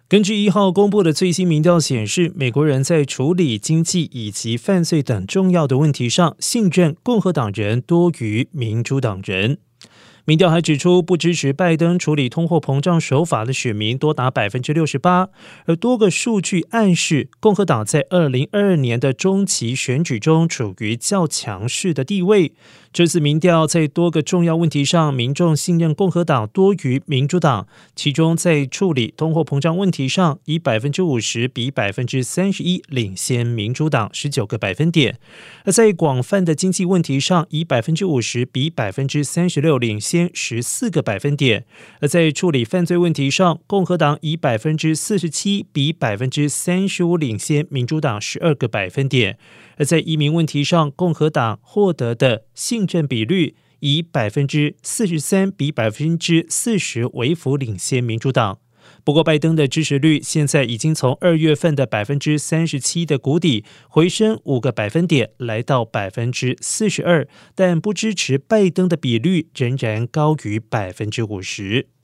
根据1号公布的最新民调显示，美国人在处理经济以及犯罪等重要的问题上，信任共和党人多于民主党人。民调还指出，不支持拜登处理通货膨胀手法的选民多达 68%， 而多个数据暗示共和党在2022年的中期选举中处于较强势的地位。这次民调在多个重要问题上，民众信任共和党多于民主党，其中在处理通货膨胀问题上，以 50% 比 31% 领先民主党19个百分点，而在广泛的经济问题上，以 50% 比 36% 领先14个百分点，而在处理犯罪问题上，共和党以 47% 比 35% 领先民主党12个百分点，而在移民问题上，共和党获得的信任比率以 43% 比 40% 微幅领先民主党。不过，拜登的支持率现在已经从2月份的 37% 的谷底回升5个百分点，来到 42%， 但不支持拜登的比率仍然高于 50%。